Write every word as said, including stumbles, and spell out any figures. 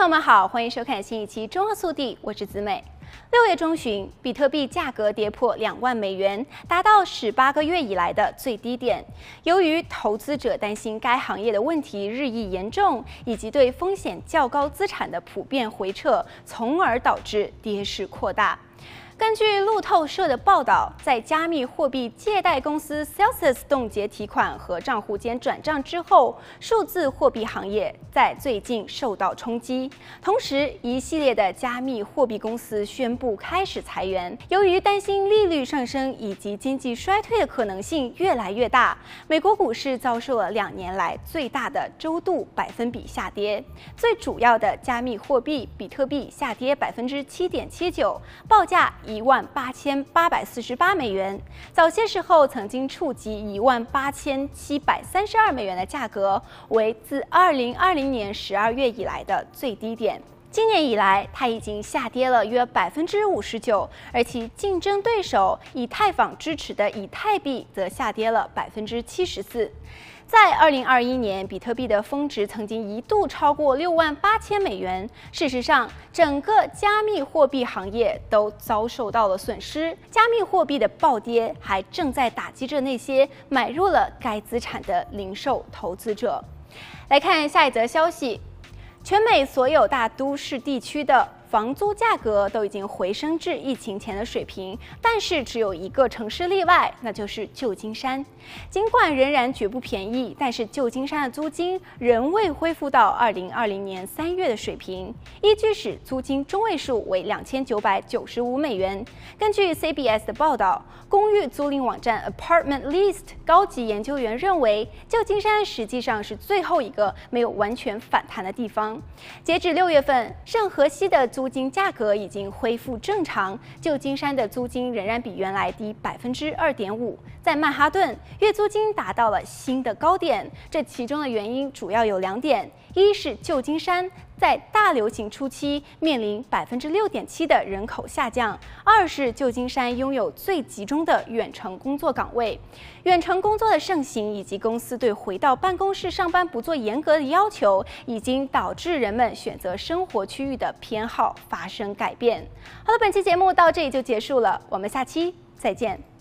友们好，欢迎收看新一期《中澳速递》，我是子美。六月中旬，比特币价格跌破两万美元，达到十八个月以来的最低点。由于投资者担心该行业的问题日益严重，以及对风险较高资产的普遍回撤，从而导致跌势扩大。根据路透社的报道，在加密货币借贷公司 Celsius 冻结提款和账户间转账之后，数字货币行业在最近受到冲击。同时，一系列的加密货币公司宣布开始裁员。由于担心利率上升以及经济衰退的可能性越来越大，美国股市遭受了两年来最大的周度百分比下跌。最主要的加密货币比特币下跌百分之七点七九，报价一万八千八百四十八美元，早些时候曾经触及一万八千七百三十二美元的价格，为自二零二零年十二月以来的最低点。今年以来，它已经下跌了约百分之五十九，而其竞争对手以太坊支持的以太币则下跌了百分之七十四。在二零二一年，比特币的峰值曾经一度超过六万八千美元。事实上，整个加密货币行业都遭受到了损失。加密货币的暴跌还正在打击着那些买入了该资产的零售投资者。来看下一则消息。全美所有大都市地区的房租价格都已经回升至疫情前的水平，但是只有一个城市例外，那就是旧金山。尽管仍然绝不便宜，但是旧金山的租金仍未恢复到二零二零年三月的水平，依据使租金中位数为两千九百九十五美元。根据 C B S 的报道，公寓租赁网站 Apartment List 高级研究员认为，旧金山实际上是最后一个没有完全反弹的地方。截至六月份，圣荷西的租金价格已经恢复正常，旧金山的租金仍然比原来低百分之二点五。在曼哈顿，月租金达到了新的高点，这其中的原因主要有两点：一是旧金山在大流行初期面临百分之六点七的人口下降；二是旧金山拥有最集中的远程工作岗位。远程工作的盛行以及公司对回到办公室上班不做严格的要求，已经导致人们选择生活区域的偏好发生改变。好了，本期节目到这里就结束了，我们下期再见。